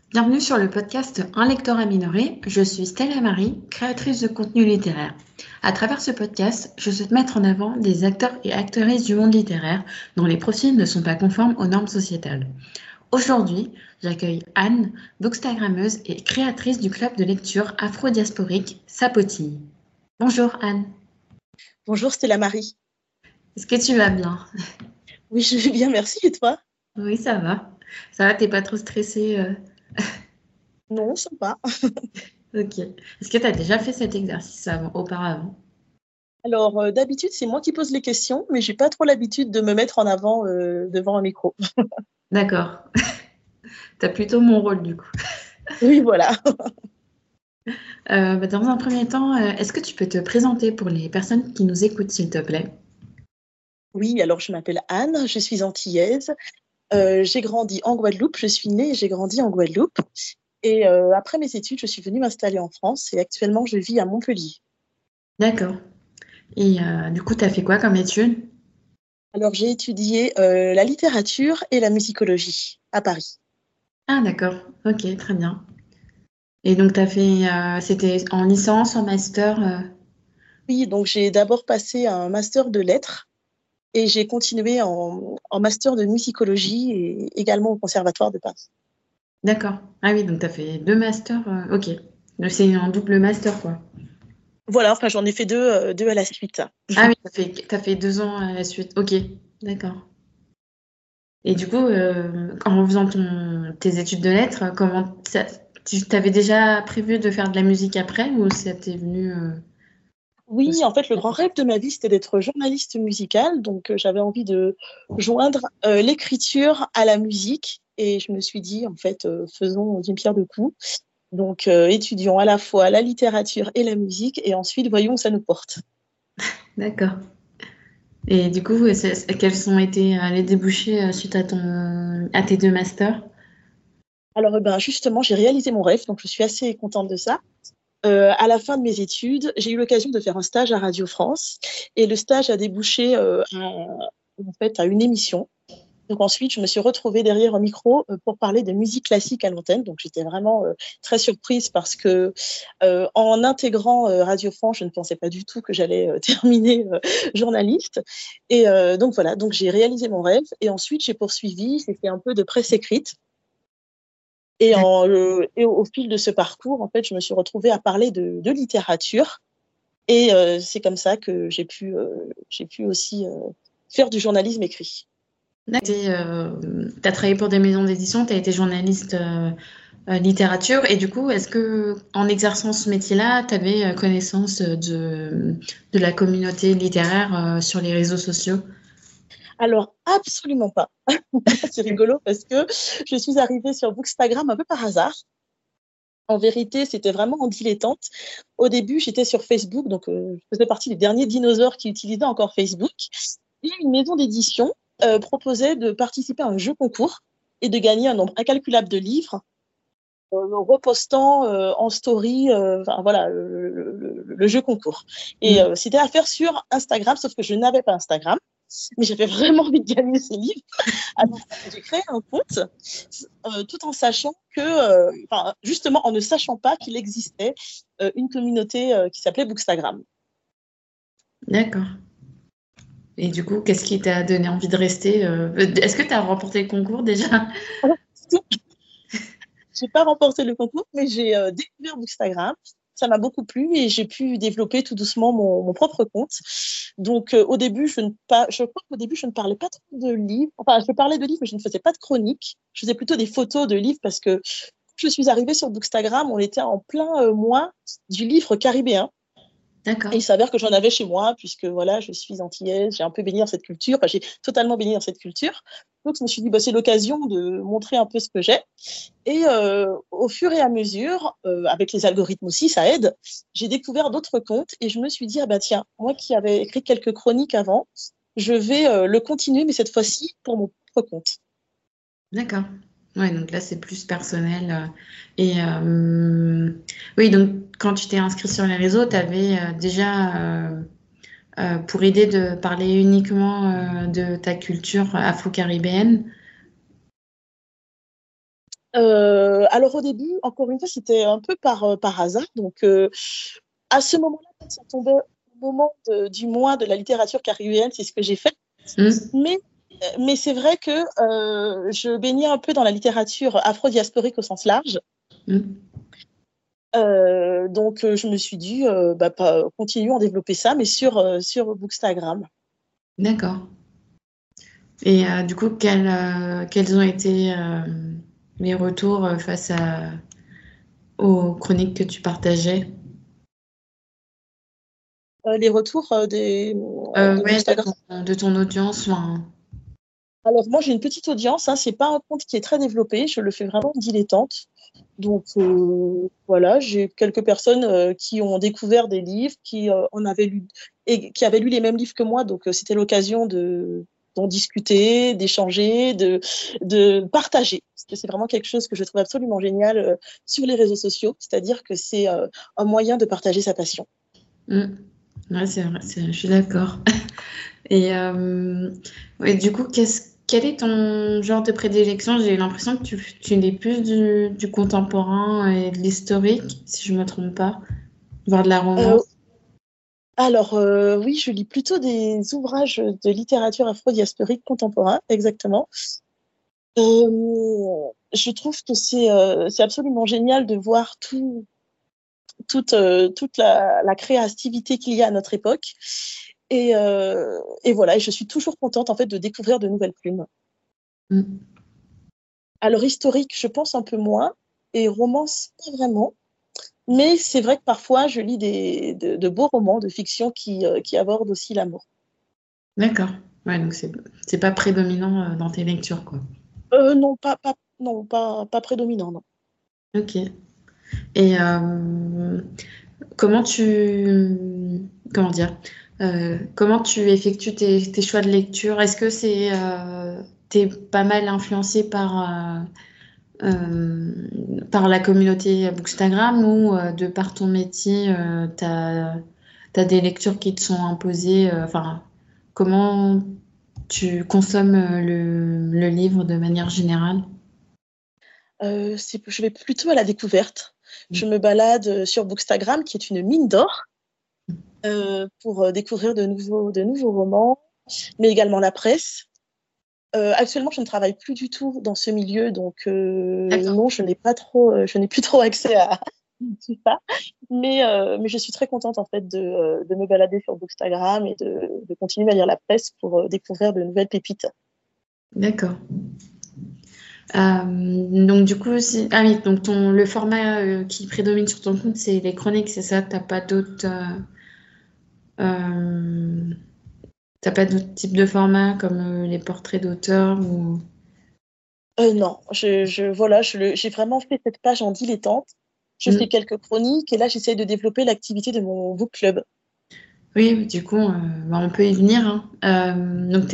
Bienvenue sur le podcast Un lectorat minoré. Je suis Stella Marie, créatrice de contenu littéraire. À travers ce podcast, je souhaite mettre en avant des acteurs et actrices du monde littéraire dont les profils ne sont pas conformes aux normes sociétales. Aujourd'hui, j'accueille Anne, bookstagrammeuse et créatrice du club de lecture afro-diasporique Sapotille. Bonjour Anne. Bonjour Stella Marie. Est-ce que tu vas bien? Oui, je vais bien, merci. Et toi? Oui, ça va. Ça va, t'es pas trop stressée? Non, sympa. Ok. Est-ce que tu as déjà fait cet exercice auparavant? Alors, d'habitude, c'est moi qui pose les questions, mais j'ai pas trop l'habitude de me mettre en avant devant un micro. D'accord. T'as plutôt mon rôle du coup. Oui, voilà. Dans un premier temps, est-ce que tu peux te présenter pour les personnes qui nous écoutent, s'il te plaît? Oui, alors je m'appelle Anne, je suis antillaise. J'ai grandi en Guadeloupe, je suis née et j'ai grandi en Guadeloupe. Et après mes études, je suis venue m'installer en France et actuellement, je vis à Montpellier. D'accord. Et du coup, tu as fait quoi comme études? Alors, j'ai étudié la littérature et la musicologie à Paris. Ah, d'accord. Ok, très bien. Et donc, tu as fait, c'était en licence, en master? Oui, donc j'ai d'abord passé un master de lettres. Et j'ai continué en master de musicologie et également au Conservatoire de Paris. D'accord. Ah oui, donc tu as fait deux masters. Ok. Donc, c'est un double master, quoi. Voilà, enfin j'en ai fait deux à la suite. Ah oui, t'as fait 2 ans à la suite. Ok, d'accord. Et du coup, en faisant tes études de lettres, tu t'avais déjà prévu de faire de la musique après ou ça t'est venu Oui, aussi? en fait, le grand rêve de ma vie, c'était d'être journaliste musicale. Donc, j'avais envie de joindre l'écriture à la musique. Et je me suis dit, en fait, faisons d'une pierre deux coups. Donc, étudions à la fois la littérature et la musique. Et ensuite, voyons où ça nous porte. D'accord. Et du coup, quels ont été les débouchés suite à tes deux masters? Alors, ben, justement, j'ai réalisé mon rêve. Donc, je suis assez contente de ça. À la fin de mes études, j'ai eu l'occasion de faire un stage à Radio France et le stage a débouché en fait, à une émission. Donc ensuite, je me suis retrouvée derrière un micro pour parler de musique classique à l'antenne. Donc j'étais vraiment très surprise parce que en intégrant Radio France, je ne pensais pas du tout que j'allais terminer journaliste. Et donc voilà, donc j'ai réalisé mon rêve et ensuite j'ai poursuivi, j'ai fait un peu de presse écrite. Et au fil de ce parcours, en fait, je me suis retrouvée à parler de littérature. Et c'est comme ça que j'ai pu aussi faire du journalisme écrit. Tu as travaillé pour des maisons d'édition, tu as été journaliste littérature et du coup, est-ce que en exerçant ce métier-là, tu avais connaissance de la communauté littéraire sur les réseaux sociaux? Alors, absolument pas. C'est rigolo parce que je suis arrivée sur Bookstagram un peu par hasard. En vérité, c'était vraiment en dilettante. Au début, j'étais sur Facebook, donc je faisais partie des derniers dinosaures qui utilisaient encore Facebook. Et une maison d'édition proposait de participer à un jeu concours et de gagner un nombre incalculable de livres repostant en story, enfin, voilà, le jeu concours. Et Mm. c'était à faire sur Instagram, sauf que je n'avais pas Instagram, mais j'avais vraiment envie de gagner ces livres. Alors, j'ai créé un compte tout en sachant que, justement, en ne sachant pas qu'il existait une communauté qui s'appelait Bookstagram. D'accord. Et du coup, qu'est-ce qui t'a donné envie de rester Est-ce que tu as remporté le concours déjà? J'ai pas remporté le concours, mais j'ai découvert Bookstagram. Ça m'a beaucoup plu et j'ai pu développer tout doucement mon propre compte. Donc, au début, je crois qu'au début, je ne parlais pas trop de livres. Enfin, je parlais de livres, mais je ne faisais pas de chroniques. Je faisais plutôt des photos de livres parce que quand je suis arrivée sur Bookstagram, on était en plein mois du livre caribéen. Et D'accord. il s'avère que j'en avais chez moi, puisque voilà, je suis antillaise, j'ai un peu baigné dans cette culture, enfin, j'ai totalement baigné dans cette culture. Donc, je me suis dit, bah, c'est l'occasion de montrer un peu ce que j'ai. Et au fur et à mesure, avec les algorithmes aussi, ça aide, j'ai découvert d'autres comptes et je me suis dit, ah bah tiens, moi qui avais écrit quelques chroniques avant, je vais le continuer, mais cette fois-ci pour mon propre compte. D'accord. Ouais, donc là, c'est plus personnel. Et oui, donc quand tu t'es inscrit sur les réseaux, tu avais déjà pour idée de parler uniquement de ta culture afro-caribéenne. Alors au début, encore une fois, c'était un peu par hasard. Donc à ce moment-là, ça tombait au moment du mois de la littérature caribéenne, c'est ce que j'ai fait. Hmm. Mais, mais c'est vrai que je baignais un peu dans la littérature afro-diasporique au sens large. Hmm. Donc je me suis dit, continuons à développer ça, mais sur Bookstagram. D'accord. Et du coup, quels ont été les retours face aux chroniques que tu partageais? Les retours de Ouais, Bookstagram. de ton audience. Enfin, Alors moi j'ai une petite audience, hein, c'est pas un compte qui est très développé, je le fais vraiment dilettante. Donc voilà, j'ai quelques personnes qui ont découvert des livres, qui en avaient lu et qui avaient lu les mêmes livres que moi, donc c'était l'occasion d'en discuter, d'échanger, de partager. Parce que c'est vraiment quelque chose que je trouve absolument génial sur les réseaux sociaux, c'est-à-dire que c'est un moyen de partager sa passion. hmm. Ouais, c'est vrai, je suis d'accord. Et ouais, du coup, quel est ton genre de prédilection? J'ai l'impression que tu lis plus du contemporain et de l'historique, si je me trompe pas, voire de la Euh, romance. alors oui, je lis plutôt des ouvrages de littérature afro-diasporique contemporain, exactement. Je trouve que c'est absolument génial de voir toute la créativité qu'il y a à notre époque. Et voilà, et je suis toujours contente en fait de découvrir de nouvelles plumes. Hmm. Alors historique, je pense un peu moins, et romance, pas vraiment. Mais c'est vrai que parfois, je lis de beaux romans de fiction qui abordent aussi l'amour. D'accord. Ouais, donc c'est pas prédominant dans tes lectures, quoi. Non, non, pas prédominant, non. Ok. Et comment comment dire, comment tu effectues tes choix de lecture? Est-ce que t'es pas mal influencé par la communauté Bookstagram ou de par ton métier, t'as des lectures qui te sont imposées, enfin, comment tu consommes le livre de manière générale? Je vais plutôt à la découverte. Je me balade sur Bookstagram, qui est une mine d'or, pour découvrir de nouveaux romans, mais également la presse. Actuellement, je ne travaille plus du tout dans ce milieu, donc D'accord. non, je n'ai plus trop accès à tout ça. Mais je suis très contente en fait de me balader sur Bookstagram et de continuer à lire la presse pour découvrir de nouvelles pépites. D'accord. Donc du coup, ah oui, donc le format qui prédomine sur ton compte, c'est les chroniques, c'est ça? Euh, T'as pas d'autres types de formats comme les portraits d'auteurs ou... Non, voilà, j'ai vraiment fait cette page en dilettante. Je fais Mm. quelques chroniques et là, j'essaye de développer l'activité de mon book club. Oui, du coup, bah, on peut y venir, hein. Donc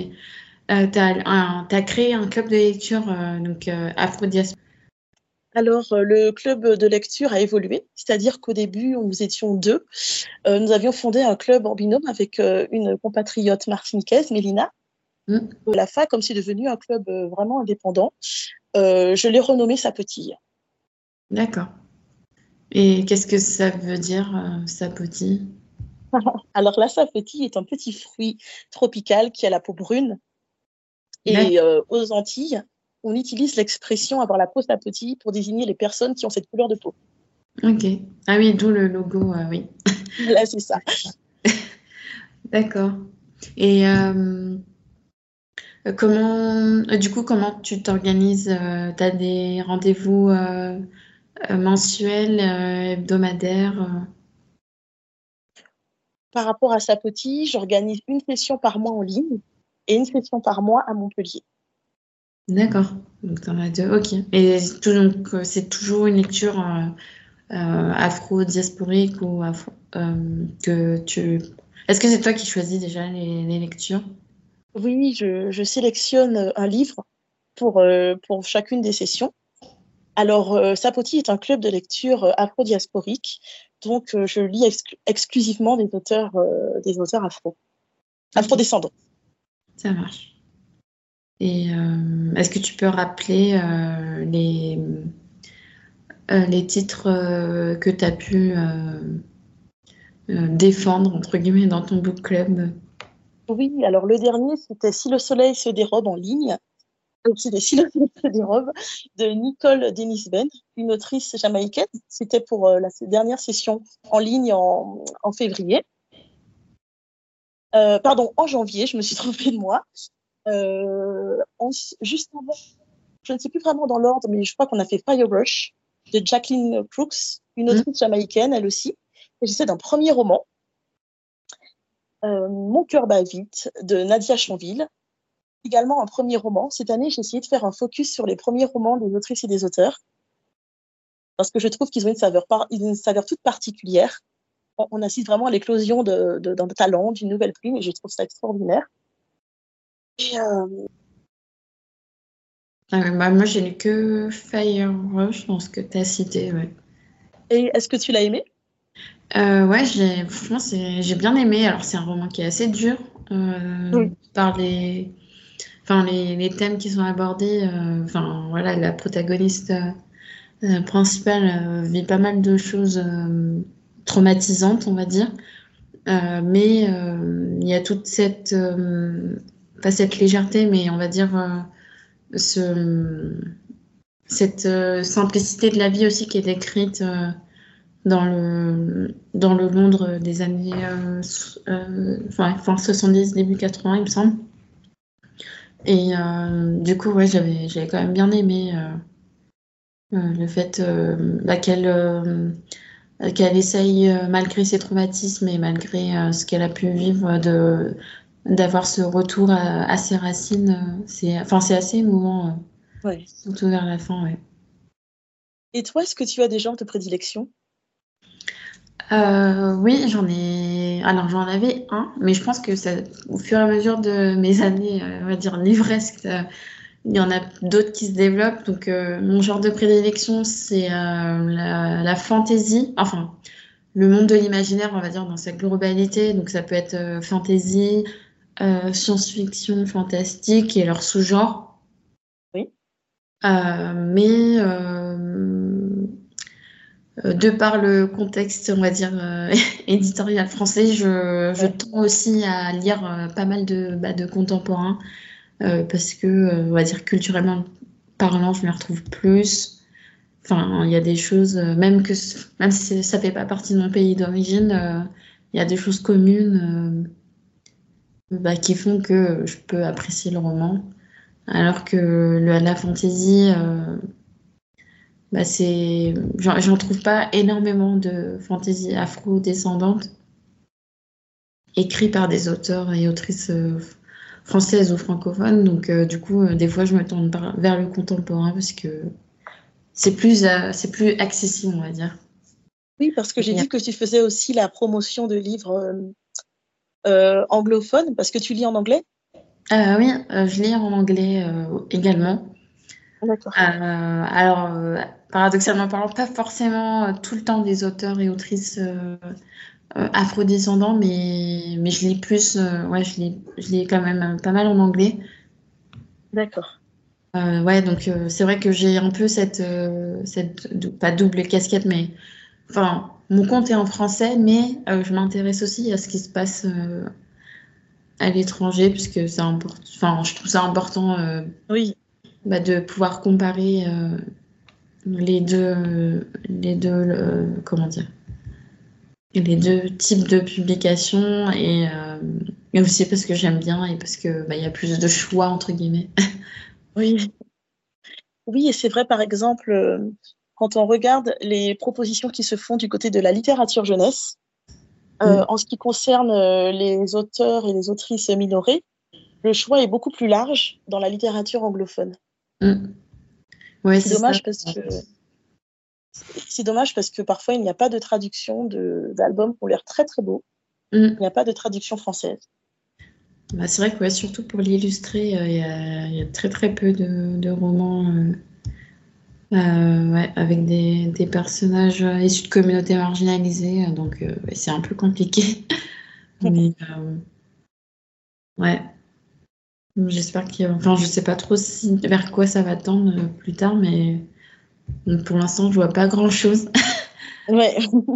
t'as créé un club de lecture donc Afrodiaspora. Alors, le club de lecture a évolué, c'est-à-dire qu'au début, nous étions deux. Nous avions fondé un club en binôme avec une compatriote martiniquaise, Mélina. Mm. À la fin, comme c'est devenu un club vraiment indépendant, je l'ai renommé Sapotille. D'accord. Et qu'est-ce que ça veut dire, sapoti? Alors, la sapotille est un petit fruit tropical qui a la peau brune. Et D'accord. aux Antilles, on utilise l'expression avoir la peau sapotille pour désigner les personnes qui ont cette couleur de peau. Ok. Ah oui, d'où le logo, oui. Là, c'est ça. D'accord. Et du coup, comment tu t'organises? T'as des rendez-vous mensuels, hebdomadaires? Par rapport à sapotille, j'organise une session par mois en ligne et une session par mois à Montpellier. D'accord. Donc, t'en as deux. Ok. Et donc, c'est toujours une lecture afro-diasporique ou que tu... Est-ce que c'est toi qui choisis déjà les lectures? Oui, je sélectionne un livre pour chacune des sessions. Alors, Sapoti est un club de lecture afro-diasporique, donc je lis exclusivement des auteurs afro, Ok, afro-descendants. ça marche. Et est-ce que tu peux rappeler les titres que tu as pu défendre, entre guillemets, dans ton book club? Oui, alors le dernier, c'était Si le soleil se dérobe en ligne. C'était Si le soleil se dérobe de Nicole Dennis-Benn, une autrice jamaïcaine. C'était pour la dernière session en ligne en février. Pardon, en janvier, je me suis trompée de mois. Juste avant, je ne sais plus vraiment dans l'ordre, mais je crois qu'on a fait Fire Rush de Jacqueline Crooks, une Mm. autrice jamaïcaine, elle aussi. Et j'essaie d'un premier roman, Mon cœur bat vite, de Nadia Chanville. Également un premier roman. Cette année, j'ai essayé de faire un focus sur les premiers romans des autrices et des auteurs, parce que je trouve qu'ils ont une saveur toute particulière. On assiste vraiment à l'éclosion d'un talent, d'une nouvelle plume, et je trouve ça extraordinaire. Et, Ah ouais, bah, moi, j'ai lu que Fire Rush dans ce que tu as cité. Ouais, et est-ce que tu l'as aimé? ouais franchement, j'ai bien aimé. Alors, c'est un roman qui est assez dur Oui. par les thèmes qui sont abordés. Enfin, voilà, la protagoniste principale vit pas mal de choses traumatisantes, on va dire. Mais il y a toute pas cette légèreté, mais on va dire ce, cette simplicité de la vie aussi qui est décrite dans le Londres des années fin 70, début 80, il me semble. Et du coup, ouais, j'avais quand même bien aimé le fait qu'elle essaye, malgré ses traumatismes et malgré ce qu'elle a pu vivre, d'avoir ce retour à ses racines. C'est assez émouvant, Ouais. surtout vers la fin, ouais. Et toi, est-ce que tu as des genres de prédilection? Oui, Alors, j'en avais un, mais je pense que au fur et à mesure de mes années, on va dire livresques, il y en a d'autres qui se développent. Donc, mon genre de prédilection, c'est la fantasy. Enfin, le monde de l'imaginaire, on va dire, dans sa globalité. Donc, ça peut être fantasy, science-fiction, fantastique et leurs sous-genres. Oui. Mais de par le contexte, on va dire, éditorial français, je Ouais. tends aussi à lire pas mal de contemporains parce que, on va dire, culturellement parlant, je m'y retrouve plus. Enfin, il y a des choses, même si ça fait pas partie de mon pays d'origine, il y a des choses communes qui font que je peux apprécier le roman. Alors que la fantasy, j'en trouve pas énormément de fantasy afro-descendante écrites par des auteurs et autrices françaises ou francophones. Donc, du coup, des fois, je me tourne vers le contemporain parce que c'est plus accessible, on va dire. Oui, parce que j'ai Et, vu que tu faisais aussi la promotion de livres anglophones, parce que tu lis en anglais. oui, je lis en anglais également. D'accord. Alors, paradoxalement parlant, pas forcément tout le temps des auteurs et autrices afrodescendants, mais je lis plus, ouais, je lis quand même pas mal en anglais. D'accord. Ouais, donc c'est vrai que j'ai un peu pas double casquette, mais enfin, mon compte est en français, mais je m'intéresse aussi à ce qui se passe à l'étranger, puisque c'est important, enfin, je trouve ça important Oui. de pouvoir comparer comment dire, les deux types de publications et aussi parce que j'aime bien et parce que il y a plus de choix entre guillemets. Oui. Oui, et c'est vrai, par exemple, quand on regarde les propositions qui se font du côté de la littérature jeunesse, Mm, en ce qui concerne les auteurs et les autrices minorés, le choix est beaucoup plus large dans la littérature anglophone. mm. Ouais, C'est c'est ça. dommage parce que c'est dommage parce que parfois il n'y a pas de traduction d'albums qui ont l'air très très beaux. Il Mm. n'y a pas de traduction française. C'est vrai que ouais, surtout pour l'illustrer, il y a très très peu de romans ouais, avec des personnages issus de communautés marginalisées, donc ouais, c'est un peu compliqué. Mais ouais. J'espère enfin, je sais pas trop vers quoi ça va tendre plus tard, mais pour l'instant, je vois pas grand-chose. Ouais.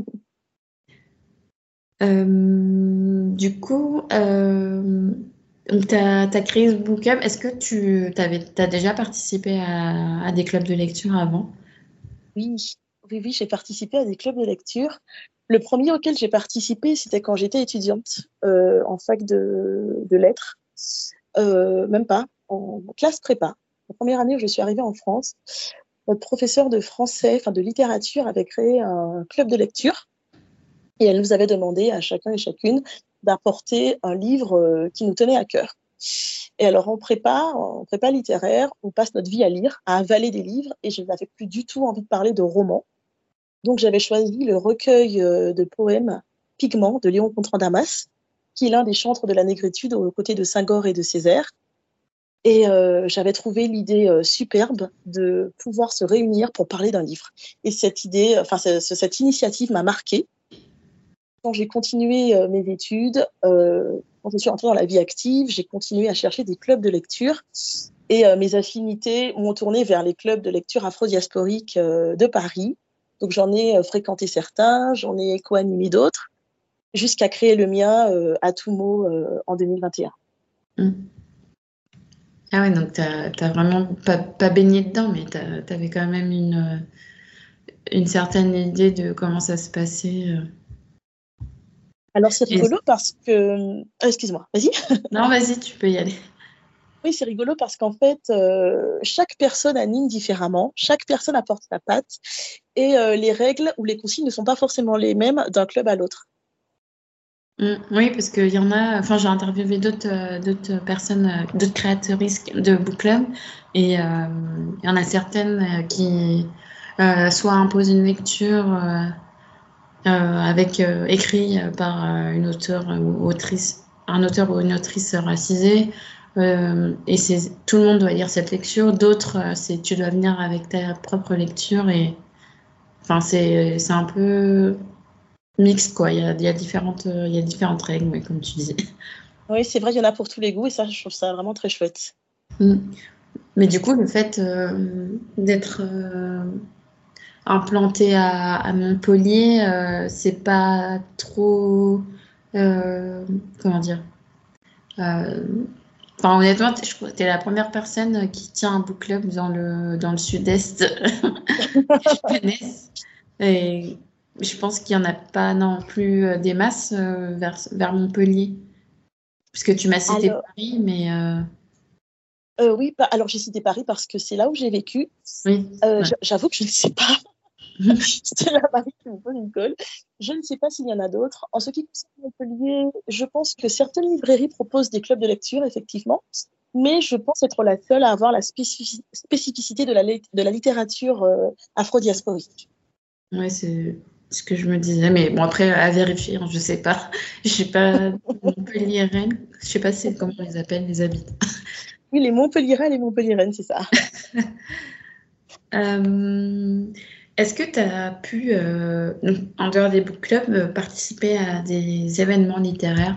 Du coup, donc t'as créé ce book club. Est-ce que t'as déjà participé à des clubs de lecture avant? Oui, oui, j'ai participé à des clubs de lecture. Le premier auquel j'ai participé, c'était quand j'étais étudiante en fac de lettres. Même pas, en classe prépa. La première année où je suis arrivée en France, notre professeur de français, enfin de littérature, avait créé un club de lecture et elle nous avait demandé à chacun et chacune d'apporter un livre qui nous tenait à cœur. Et alors en prépa littéraire, on passe notre vie à lire, à avaler des livres, et je n'avais plus du tout envie de parler de romans. Donc j'avais choisi le recueil de poèmes Pygments de Léon Contran-Damas, qui est l'un des chantres de la négritude aux côtés de Senghor et de Césaire. Et j'avais trouvé l'idée superbe de pouvoir se réunir pour parler d'un livre. Et cette idée, enfin cette initiative m'a marquée. Quand j'ai continué mes études, quand je suis entrée dans la vie active, j'ai continué à chercher des clubs de lecture. Et mes affinités m'ont tourné vers les clubs de lecture afro-diasporiques de Paris. Donc j'en ai fréquenté certains, j'en ai co-animé d'autres, jusqu'à créer le mien à Toumo en 2021. Hmm. Ah ouais, donc t'as vraiment pas baigné dedans, mais t'avais quand même une certaine idée de comment ça se passait. Alors c'est Et- rigolo parce que... excuse-moi, vas-y. Non, vas-y, tu peux y aller. Oui, c'est rigolo parce qu'en fait, chaque personne anime différemment, chaque personne apporte sa patte, et les règles ou les consignes ne sont pas forcément les mêmes d'un club à l'autre. Oui, parce qu'il y en a, enfin, j'ai interviewé d'autres personnes, d'autres créatrices de book club, et il y en a certaines qui soit imposent une lecture avec écrit par une auteure ou autrice, un auteur ou une autrice racisée, et c'est tout le monde doit lire cette lecture. D'autres, c'est tu dois venir avec ta propre lecture, et enfin, c'est un peu mixte, quoi. Il y a différentes règles, ouais, comme tu disais. Oui, c'est vrai, il y en a pour tous les goûts, et ça, je trouve ça vraiment très chouette. Mm. Mais du coup, le fait d'être implanté à Montpellier, c'est pas trop, euh, comment dire, euh, enfin, honnêtement, je crois que t'es la première personne qui tient un book club dans le sud-est que je connaisse. Et je pense qu'il n'y en a pas non plus des masses vers Montpellier. Puisque tu m'as cité Alors, Paris, mais oui, alors j'ai cité Paris parce que c'est là où j'ai vécu. oui. Ouais. J'avoue que je ne sais pas. C'était la Paris qui me pose une colle. Je ne sais pas s'il y en a d'autres. En ce qui concerne Montpellier, je pense que certaines librairies proposent des clubs de lecture, effectivement, mais je pense être la seule à avoir la spécificité de la littérature afro-diasporique. Ouais, c'est ce que je me disais. Mais bon, après, à vérifier, hein, je sais pas. Je suis pas Montpellier-Rennes. Je sais pas comment on les appelle, les habitants. Oui, les Montpelliérains et les Montpelliéraines, c'est ça. Euh, Est-ce que tu as pu, donc, en dehors des book clubs, participer à des événements littéraires?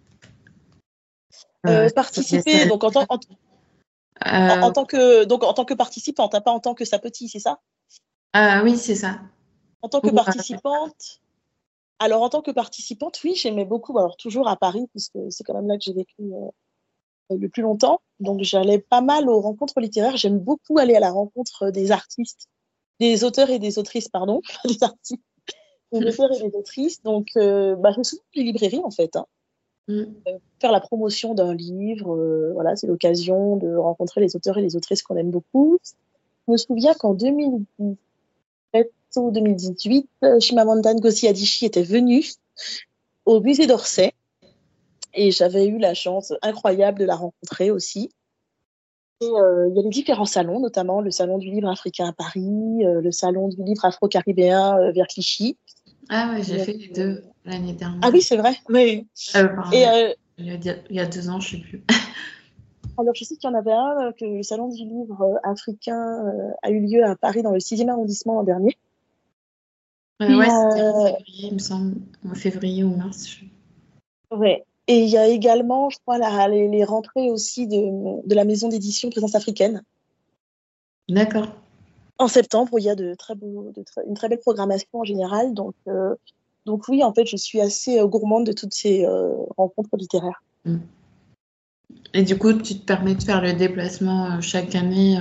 Des Participer, salles. donc Euh, en tant que participante, hein, pas en tant que sapoti, c'est ça? oui, c'est ça. En tant que Ou, participante, alors en tant que participante, oui, j'aimais beaucoup, alors toujours à Paris, puisque c'est quand même là que j'ai vécu le plus longtemps. Donc j'allais pas mal aux rencontres littéraires. J'aime beaucoup aller à la rencontre des artistes, des auteurs et des autrices, pardon, des artistes, des auteurs et des autrices. Donc je vais souvent les librairies en fait, hein. Mm. Faire la promotion d'un livre, voilà, c'est l'occasion de rencontrer les auteurs et les autrices qu'on aime beaucoup. Je me souviens qu'en 2017 ou 2018, Chimamanda Ngozi Adichie était venue au musée d'Orsay et j'avais eu la chance incroyable de la rencontrer aussi. Et il y a les différents salons, notamment le salon du livre africain à Paris, le salon du livre afro-caribéen vers Clichy. Ah ouais, j'ai Donc, fait les deux l'année ah oui, dernière. c'est vrai. Oui. Pardon, Et il y a 2 ans, je sais plus. alors, je sais qu'il y en avait un, que le salon du livre africain a eu lieu à Paris dans le 6e arrondissement l'an dernier. Puis, Ouais, c'était en février, il me semble. En février ou mars. ouais. Et il y a également, je crois, les rentrées aussi de la maison d'édition Présence africaine. D'accord. En septembre, où il y a une très belle programmation en général. Donc oui, en fait, je suis assez gourmande de toutes ces rencontres littéraires. Mm. Et du coup, tu te permets de faire le déplacement chaque année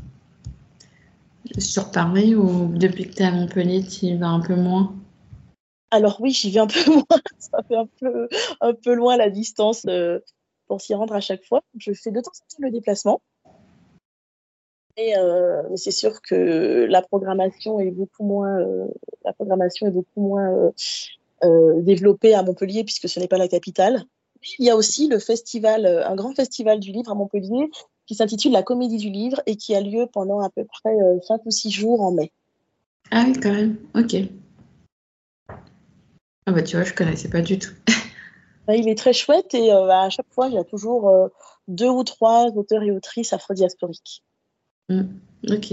sur Paris ou depuis que tu es à Montpellier, tu y vas un peu moins? Alors oui, j'y vais un peu moins. Ça fait un peu loin la distance pour s'y rendre à chaque fois. Je fais de temps en temps le déplacement. Mais c'est sûr que la programmation est beaucoup moins développée à Montpellier puisque ce n'est pas la capitale. Il y a aussi un grand festival du livre à Montpellier qui s'intitule la Comédie du livre et qui a lieu pendant à peu près 5 ou 6 jours en mai. Ah oui, quand même. Ok. Ah bah tu vois, je connaissais pas du tout. Il est très chouette et à chaque fois, il y a toujours 2 ou 3 auteurs et autrices afro-diasporiques. Mm. Ok.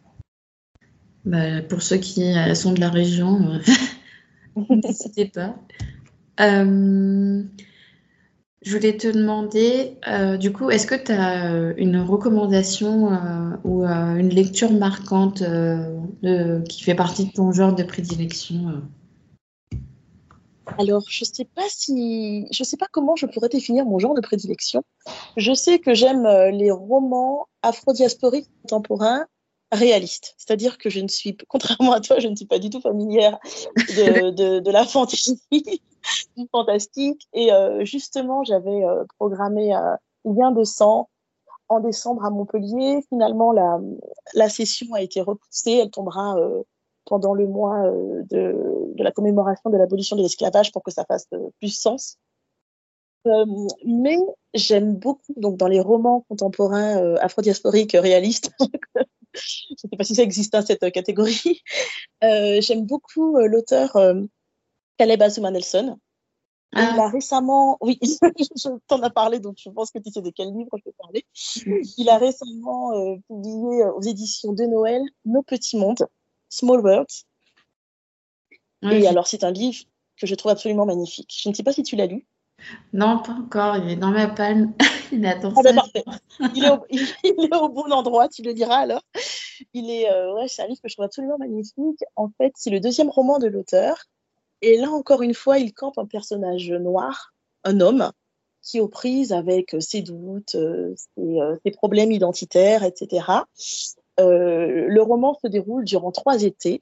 Bah, pour ceux qui sont de la région, n'hésitez pas. Euh, je voulais te demander, du coup, est-ce que tu as une recommandation ou une lecture marquante qui fait partie de ton genre de prédilection? Alors, je sais pas comment je pourrais définir mon genre de prédilection. Je sais que j'aime les romans afro-diasporiques contemporains réalistes. C'est-à-dire que contrairement à toi, je ne suis pas du tout familière de la fantaisie, du fantastique. Et justement, j'avais programmé Lien de sang en décembre à Montpellier. Finalement, la session a été repoussée. Elle tombera pendant le mois de la commémoration de l'abolition de l'esclavage pour que ça fasse plus sens. Mais j'aime beaucoup, donc dans les romans contemporains afro-diasporiques réalistes, je ne sais pas si ça existe, hein, cette catégorie, j'aime beaucoup l'auteur Caleb Azumah Nelson. Et il Ah, a récemment, oui, je t'en ai parlé, donc je pense que tu sais de quel livre je vais parler. Il a récemment publié aux éditions de Noël Nos petits mondes, Small Worlds. ouais, Et alors, c'est un livre que je trouve absolument magnifique. Je ne sais pas si tu l'as lu. non, pas encore. Il est dans ma palme. Il attend Ah ben ça. parfait. Il est au bon endroit, tu le diras alors. Ouais, c'est un livre que je trouve absolument magnifique. En fait, c'est le deuxième roman de l'auteur. Et là, encore une fois, il campe un personnage noir, un homme, qui est aux prises avec ses doutes, ses problèmes identitaires, etc. Le roman se déroule durant 3 étés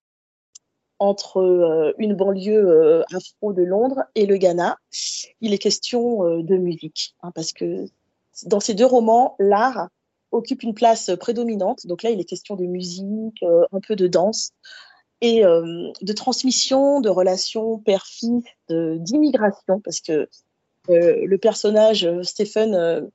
entre une banlieue afro de Londres et le Ghana. Il est question de musique, hein, parce que dans ces 2 romans, l'art occupe une place prédominante. Donc là, il est question de musique, un peu de danse et de transmission, de relations père-fils, d'immigration, parce que le personnage Stephen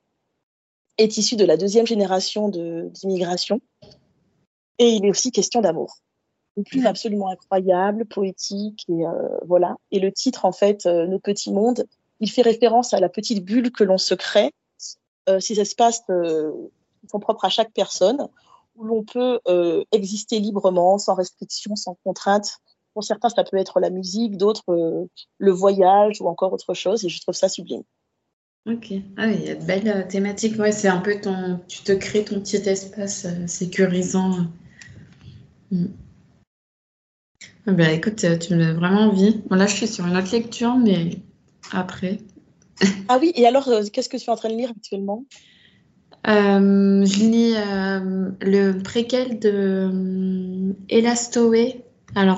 est issu de la 2e génération d'immigration. Et il est aussi question d'amour. Une plume absolument incroyable, poétique, et voilà. Et le titre, en fait, Nos petits mondes, il fait référence à la petite bulle que l'on se crée, ces espaces qui sont propres à chaque personne, où l'on peut exister librement, sans restriction, sans contrainte. Pour certains, ça peut être la musique, d'autres le voyage ou encore autre chose, et je trouve ça sublime. Ok. Ah oui, il y a de belles thématiques. Ouais, c'est un peu tu te crées ton petit espace sécurisant. Mm. Ah bah, écoute, tu me donnes vraiment envie. Bon, là, je suis sur une autre lecture, mais après. Ah oui, et alors, qu'est-ce que tu es en train de lire actuellement? Je lis le préquel de Ella Stowey. Alors,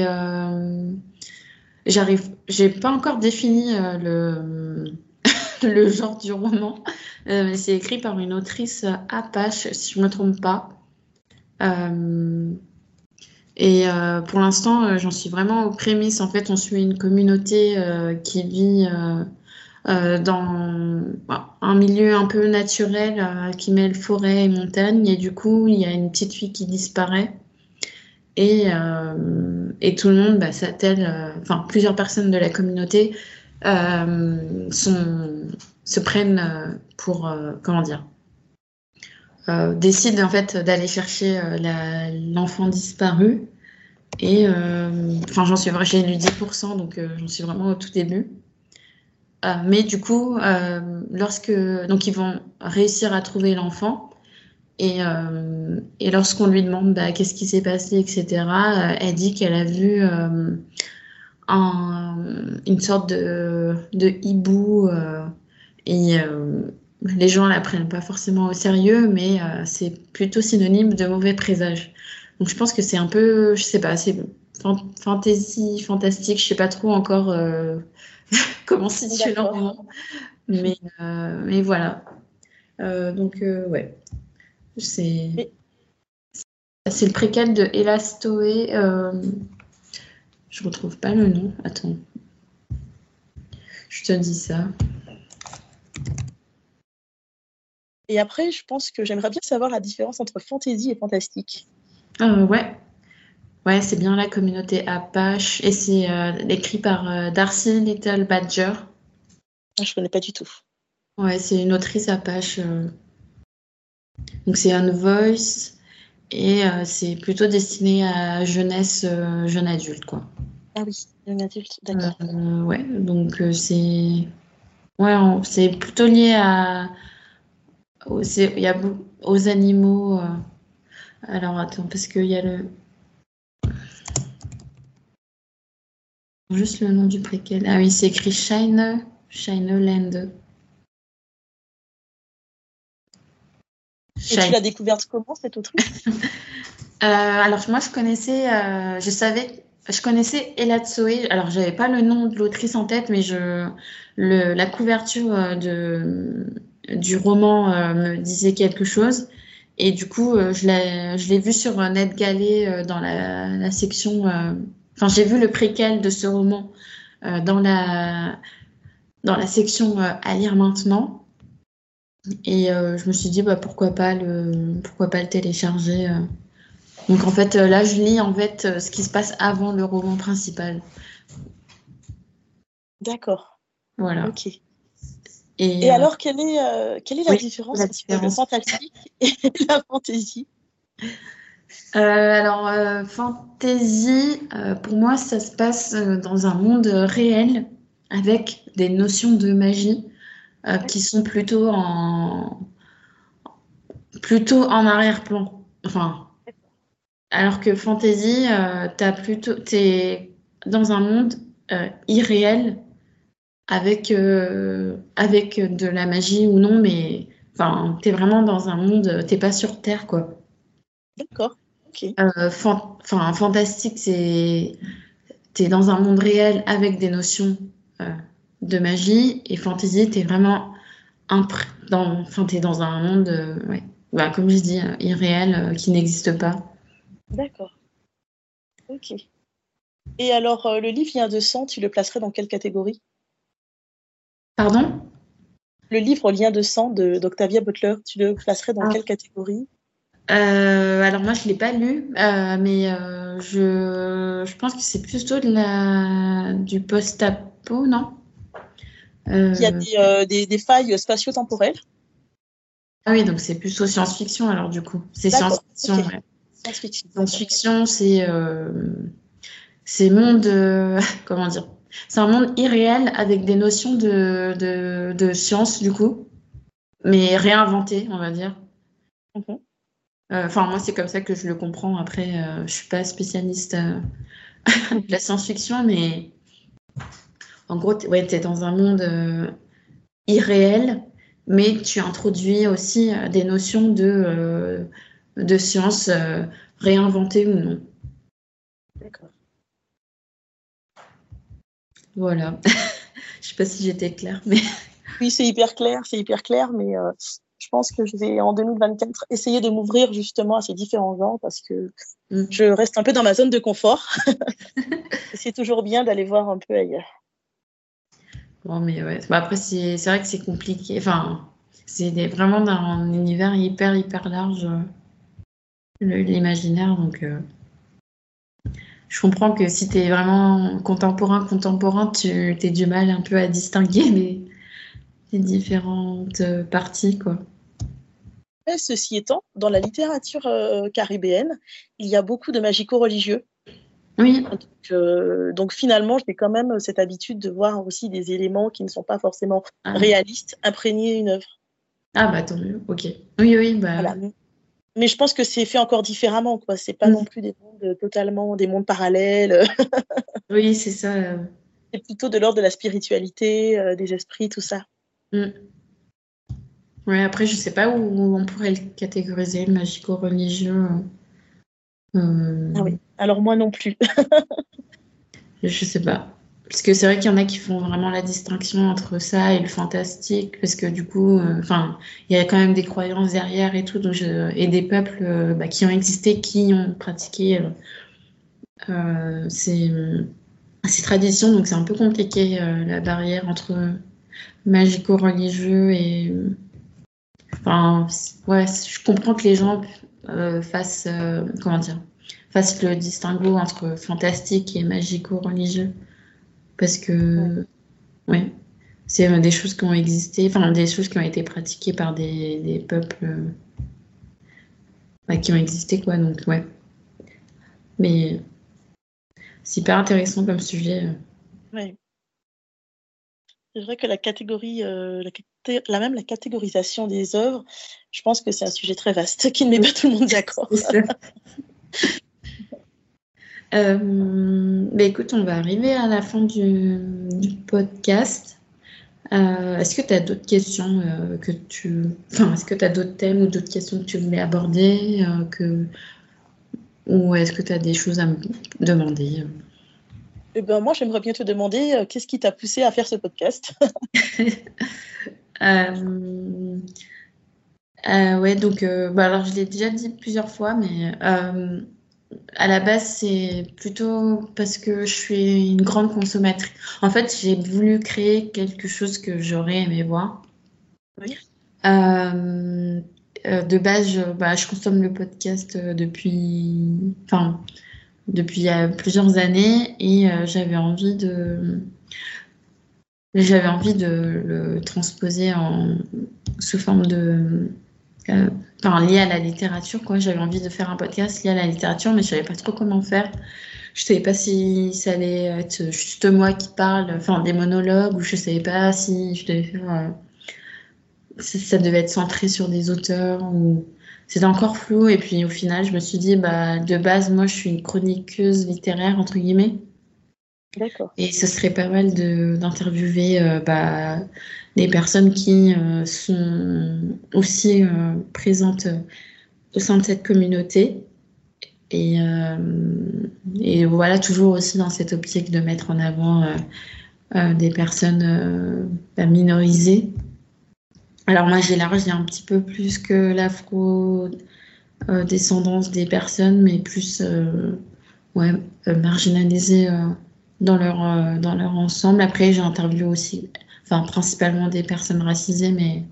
j'ai pas encore défini le genre du roman, mais c'est écrit par une autrice Apache, si je me trompe pas. Euh, pour l'instant, j'en suis vraiment aux prémices. En fait, on suit une communauté qui vit dans un milieu un peu naturel qui mêle forêt et montagne. Et du coup, il y a une petite fille qui disparaît. Et tout le monde s'attelle, enfin, plusieurs personnes de la communauté se prennent pour, comment dire, décident en fait d'aller chercher l'enfant disparu. Et enfin, j'ai lu 10%, donc j'en suis vraiment au tout début. Mais du coup, donc ils vont réussir à trouver l'enfant et lorsqu'on lui demande qu'est-ce qui s'est passé, etc., elle dit qu'elle a vu une sorte de hibou et les gens la prennent pas forcément au sérieux, mais c'est plutôt synonyme de mauvais présage. Donc je pense que c'est un peu, je sais pas, c'est fantasy, fantastique, je sais pas trop encore comment situer le D'accord. roman, mais voilà. Ouais, c'est Et, c'est le préquel de Elastoé. Je retrouve pas le nom. Attends, je te dis ça. et après, je pense que j'aimerais bien savoir la différence entre fantasy et fantastique. Ouais, ouais, c'est bien la communauté Apache et c'est écrit par Darcy Little Badger. Ah, je connais pas du tout. Ouais, c'est une autrice Apache. Donc c'est un voice et c'est plutôt destiné à jeunesse, jeune adulte, quoi. Ah oui, young adulte, d'accord. Ouais, donc c'est plutôt lié il y a aux animaux. Alors attends, parce qu'il y a juste le nom du préquel. Ah oui, c'est écrit Shineland. Et tu Shine. l'as découverte comment, cette autrice? Alors moi je connaissais Ella Tsoé. Alors j'avais pas le nom de l'autrice en tête, mais la couverture du roman me disait quelque chose. Et du coup, je l'ai vu sur NetGalley dans la section. Enfin, j'ai vu le préquel de ce roman dans la section à lire maintenant. Et je me suis dit pourquoi pas le télécharger. Donc en fait, là, je lis en fait ce qui se passe avant le roman principal. D'accord, Voilà. ok. Et Et alors, quelle est la oui, différence la entre le différence. fantastique et la fantasy? Alors, fantasy, pour moi, ça se passe dans un monde réel avec des notions de magie qui sont plutôt en arrière-plan. Enfin, alors que fantasy, t'es dans un monde irréel avec de la magie ou non, mais enfin, t'es vraiment dans un monde, t'es pas sur Terre, quoi. D'accord, ok. Fantastique, t'es dans un monde réel avec des notions euh, de magie, et fantasy, t'es vraiment t'es dans un monde, ouais, comme je dis, irréel, qui n'existe pas. D'accord, ok. Et alors, le livre Lien de sang, tu le placerais dans quelle catégorie? Pardon? Le livre Lien de sang d'Octavia Butler, tu le placerais dans Ah. quelle catégorie? Alors moi, je l'ai pas lu, mais je pense que c'est plutôt du post-apo, non? Il y a Euh, des failles spatio-temporelles? Ah oui, donc c'est plutôt science-fiction alors du coup. C'est D'accord, science-fiction, ok. ouais. Science-fiction, d'accord. Science-fiction, c'est monde, comment dire? C'est un monde irréel avec des notions de science du coup, mais réinventé, on va dire. Mhm. Enfin, moi, c'est comme ça que je le comprends. Après, je suis pas spécialiste de la science-fiction, mais en gros, ouais, t'es dans un monde irréel, mais tu introduis aussi des notions de science réinventées ou non. D'accord. Voilà. Je sais pas si j'étais claire, mais Oui, c'est hyper clair, mais je pense que je vais en 2024 essayer de m'ouvrir justement à ces différents genres parce que Mm. je reste un peu dans ma zone de confort et c'est toujours bien d'aller voir un peu ailleurs. Bon, mais ouais. Après, c'est vrai que c'est compliqué. Enfin, vraiment d'un univers hyper large, l'imaginaire. Donc, je comprends que si tu es vraiment contemporain, tu t'es du mal un peu à distinguer les différentes parties, quoi. Mais ceci étant, dans la littérature caribéenne, il y a beaucoup de magico-religieux. Oui. Donc finalement, j'ai quand même cette habitude de voir aussi des éléments qui ne sont pas forcément Ah, réalistes imprégner une œuvre. ah, bah tant mieux. Ok. Oui, oui, bah. Voilà. Mais je pense que c'est fait encore différemment, quoi. C'est pas non Mm. plus des mondes totalement des mondes parallèles. Oui, c'est ça. C'est plutôt de l'ordre de la spiritualité, des esprits, tout ça. Mm. Ouais, après, je sais pas où on pourrait le catégoriser, magico-religieux. Ah Euh, oui. Alors moi non plus. je sais pas. Parce que c'est vrai qu'il y en a qui font vraiment la distinction entre ça et le fantastique, parce que du coup, enfin, il y a quand même des croyances derrière et tout, et des peuples bah, qui ont existé, qui ont pratiqué ces traditions, donc c'est un peu compliqué la barrière entre magico-religieux et, enfin, ouais, je comprends que les gens fassent, comment dire, fassent le distinguo entre fantastique et magico-religieux, parce Ouais. que, ouais. C'est des choses qui ont existé, enfin des choses qui ont été pratiquées par des peuples bah, qui ont existé, quoi. Donc, ouais. Mais c'est hyper intéressant comme sujet. Ouais. C'est vrai que la catégorie, même la catégorisation des œuvres, je pense que c'est un sujet très vaste qui ne met pas tout le monde d'accord. C'est ça. Bah, écoute, on va arriver à la fin du podcast. Est-ce que tu as d'autres questions Enfin, est-ce que tu as d'autres thèmes ou d'autres questions que tu voulais aborder ou est-ce que tu as des choses à me demander? Eh ben, moi, j'aimerais bien te demander, qu'est-ce qui t'a poussé à faire ce podcast? Euh, ouais, donc, bah alors je l'ai déjà dit plusieurs fois, mais à la base, c'est plutôt parce que je suis une grande consommatrice. En fait, j'ai voulu créer quelque chose que j'aurais aimé voir. Oui, Euh, de base, bah, je consomme le podcast depuis plusieurs années et j'avais envie de le transposer sous forme euh, lié à la littérature, quoi. J'avais envie de faire un podcast lié à la littérature, mais je savais pas trop comment faire. Je savais pas si ça allait être juste moi qui parle, enfin des monologues, ou je savais pas si je devais faire, si ça devait être centré sur des auteurs ou c'était encore flou. Et puis au final, je me suis dit, bah de base, moi, je suis une chroniqueuse littéraire entre guillemets, d'accord. et ce serait pas mal d'interviewer bah, des personnes qui sont aussi présentes au sein de cette communauté. Et, euh, et voilà, toujours aussi dans cette optique de mettre en avant des personnes bah, minorisées. Alors moi, j'élargis un petit peu plus que l'afro-descendance des personnes, mais plus ouais, marginalisées dans leur ensemble. Après, j'ai interviewé aussi, enfin principalement des personnes racisées,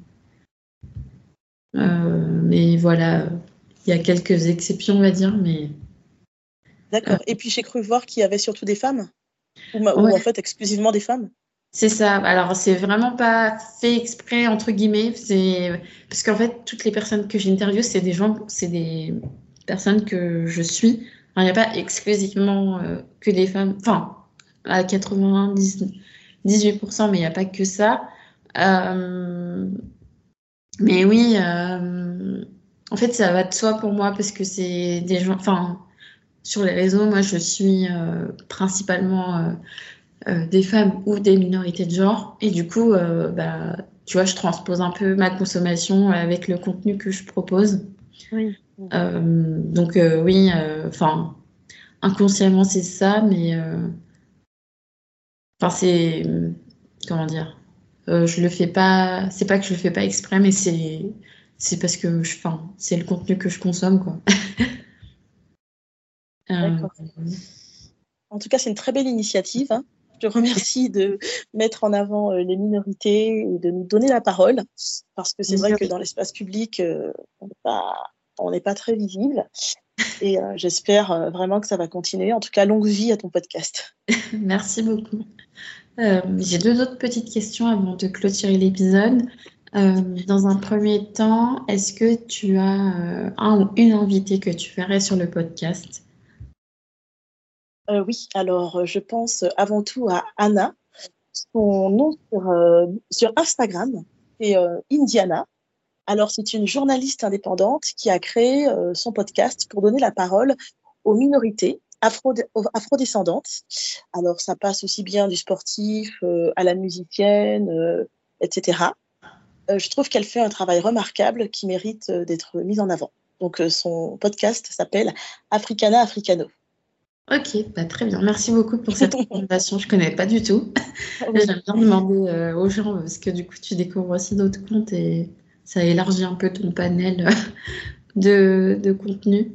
mais voilà, il y a quelques exceptions, on va dire, mais euh, D'accord. Et puis, j'ai cru voir qu'il y avait surtout des femmes, ou en ouais. fait exclusivement des femmes. C'est ça. Alors, c'est vraiment pas fait exprès, entre guillemets. C'est parce qu'en fait, toutes les personnes que j'interviewe, c'est des personnes que je suis. Alors, il n'y a pas exclusivement que des femmes. Enfin, à 98%, mais il n'y a pas que ça. Euh, mais oui, en fait, ça va de soi pour moi parce que c'est des gens. Enfin, sur les réseaux, moi, je suis principalement. Des femmes ou des minorités de genre. Et du coup, bah, tu vois, je transpose un peu ma consommation avec le contenu que je propose. Oui. Donc oui, enfin, inconsciemment c'est ça, mais enfin comment dire, je le fais pas. C'est pas que je le fais pas exprès, mais c'est parce que enfin, c'est le contenu que je consomme, quoi. Euh, D'accord. En tout cas, c'est une très belle initiative, hein. Je te remercie de mettre en avant les minorités et de nous donner la parole, parce que c'est vrai que dans l'espace public, on n'est pas très visible. Et j'espère vraiment que ça va continuer. En tout cas, longue vie à ton podcast. Merci beaucoup. J'ai deux autres petites questions avant de clôturer l'épisode. Dans un premier temps, est-ce que tu as un ou une invitée que tu ferais sur le podcast? Oui, alors je pense avant tout à Anna. Son nom sur Instagram, c'est Indiana. Alors, c'est une journaliste indépendante qui a créé son podcast pour donner la parole aux minorités afrodescendantes. Alors, ça passe aussi bien du sportif à la musicienne, etc. Je trouve qu'elle fait un travail remarquable qui mérite d'être mis en avant. Donc, son podcast s'appelle Africana Africano. Ok, bah, très bien. Merci beaucoup pour cette recommandation. Je ne connais pas du tout. Oui. J'aime bien demander aux gens parce que du coup, tu découvres aussi d'autres comptes et ça élargit un peu ton panel de contenu.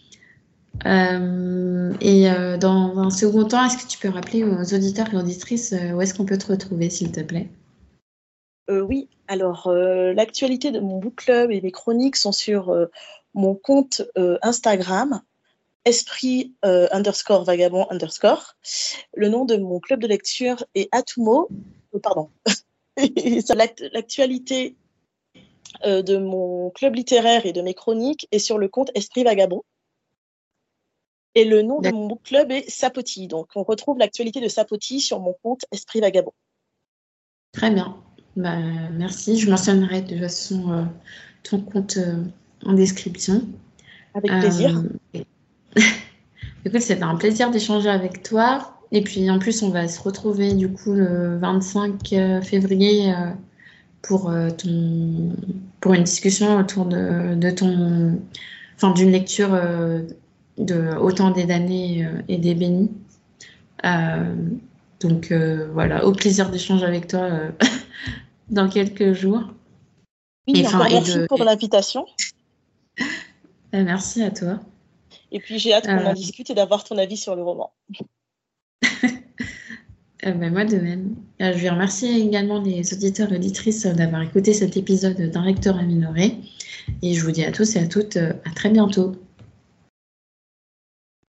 Dans un second temps, est-ce que tu peux rappeler aux auditeurs et auditrices où est-ce qu'on peut te retrouver, s'il te plaît? Oui, alors l'actualité de mon book club et mes chroniques sont sur mon compte Instagram, esprit _vagabond _. Le nom de mon club de lecture est Atumo. Pardon. L'actualité de mon club littéraire et de mes chroniques est sur le compte Esprit Vagabond. Et le nom de mon book club est Sapoti. Donc, on retrouve l'actualité de Sapoti sur mon compte Esprit Vagabond. Très bien. Bah, merci. Je mentionnerai de toute façon ton compte en description. Avec plaisir. Écoute, c'était un plaisir d'échanger avec toi. Et puis en plus, on va se retrouver du coup le 25 février pour une discussion autour d'une lecture de Autant des damnés et des bénis. Donc voilà, au plaisir d'échanger avec toi dans quelques jours. Oui, encore merci pour l'invitation. Merci à toi. Et puis j'ai hâte qu'on en discute et d'avoir ton avis sur le roman. Moi de même. Je vais remercier également les auditeurs et auditrices d'avoir écouté cet épisode d'un lecteur amélioré. Et je vous dis à tous et à toutes à très bientôt.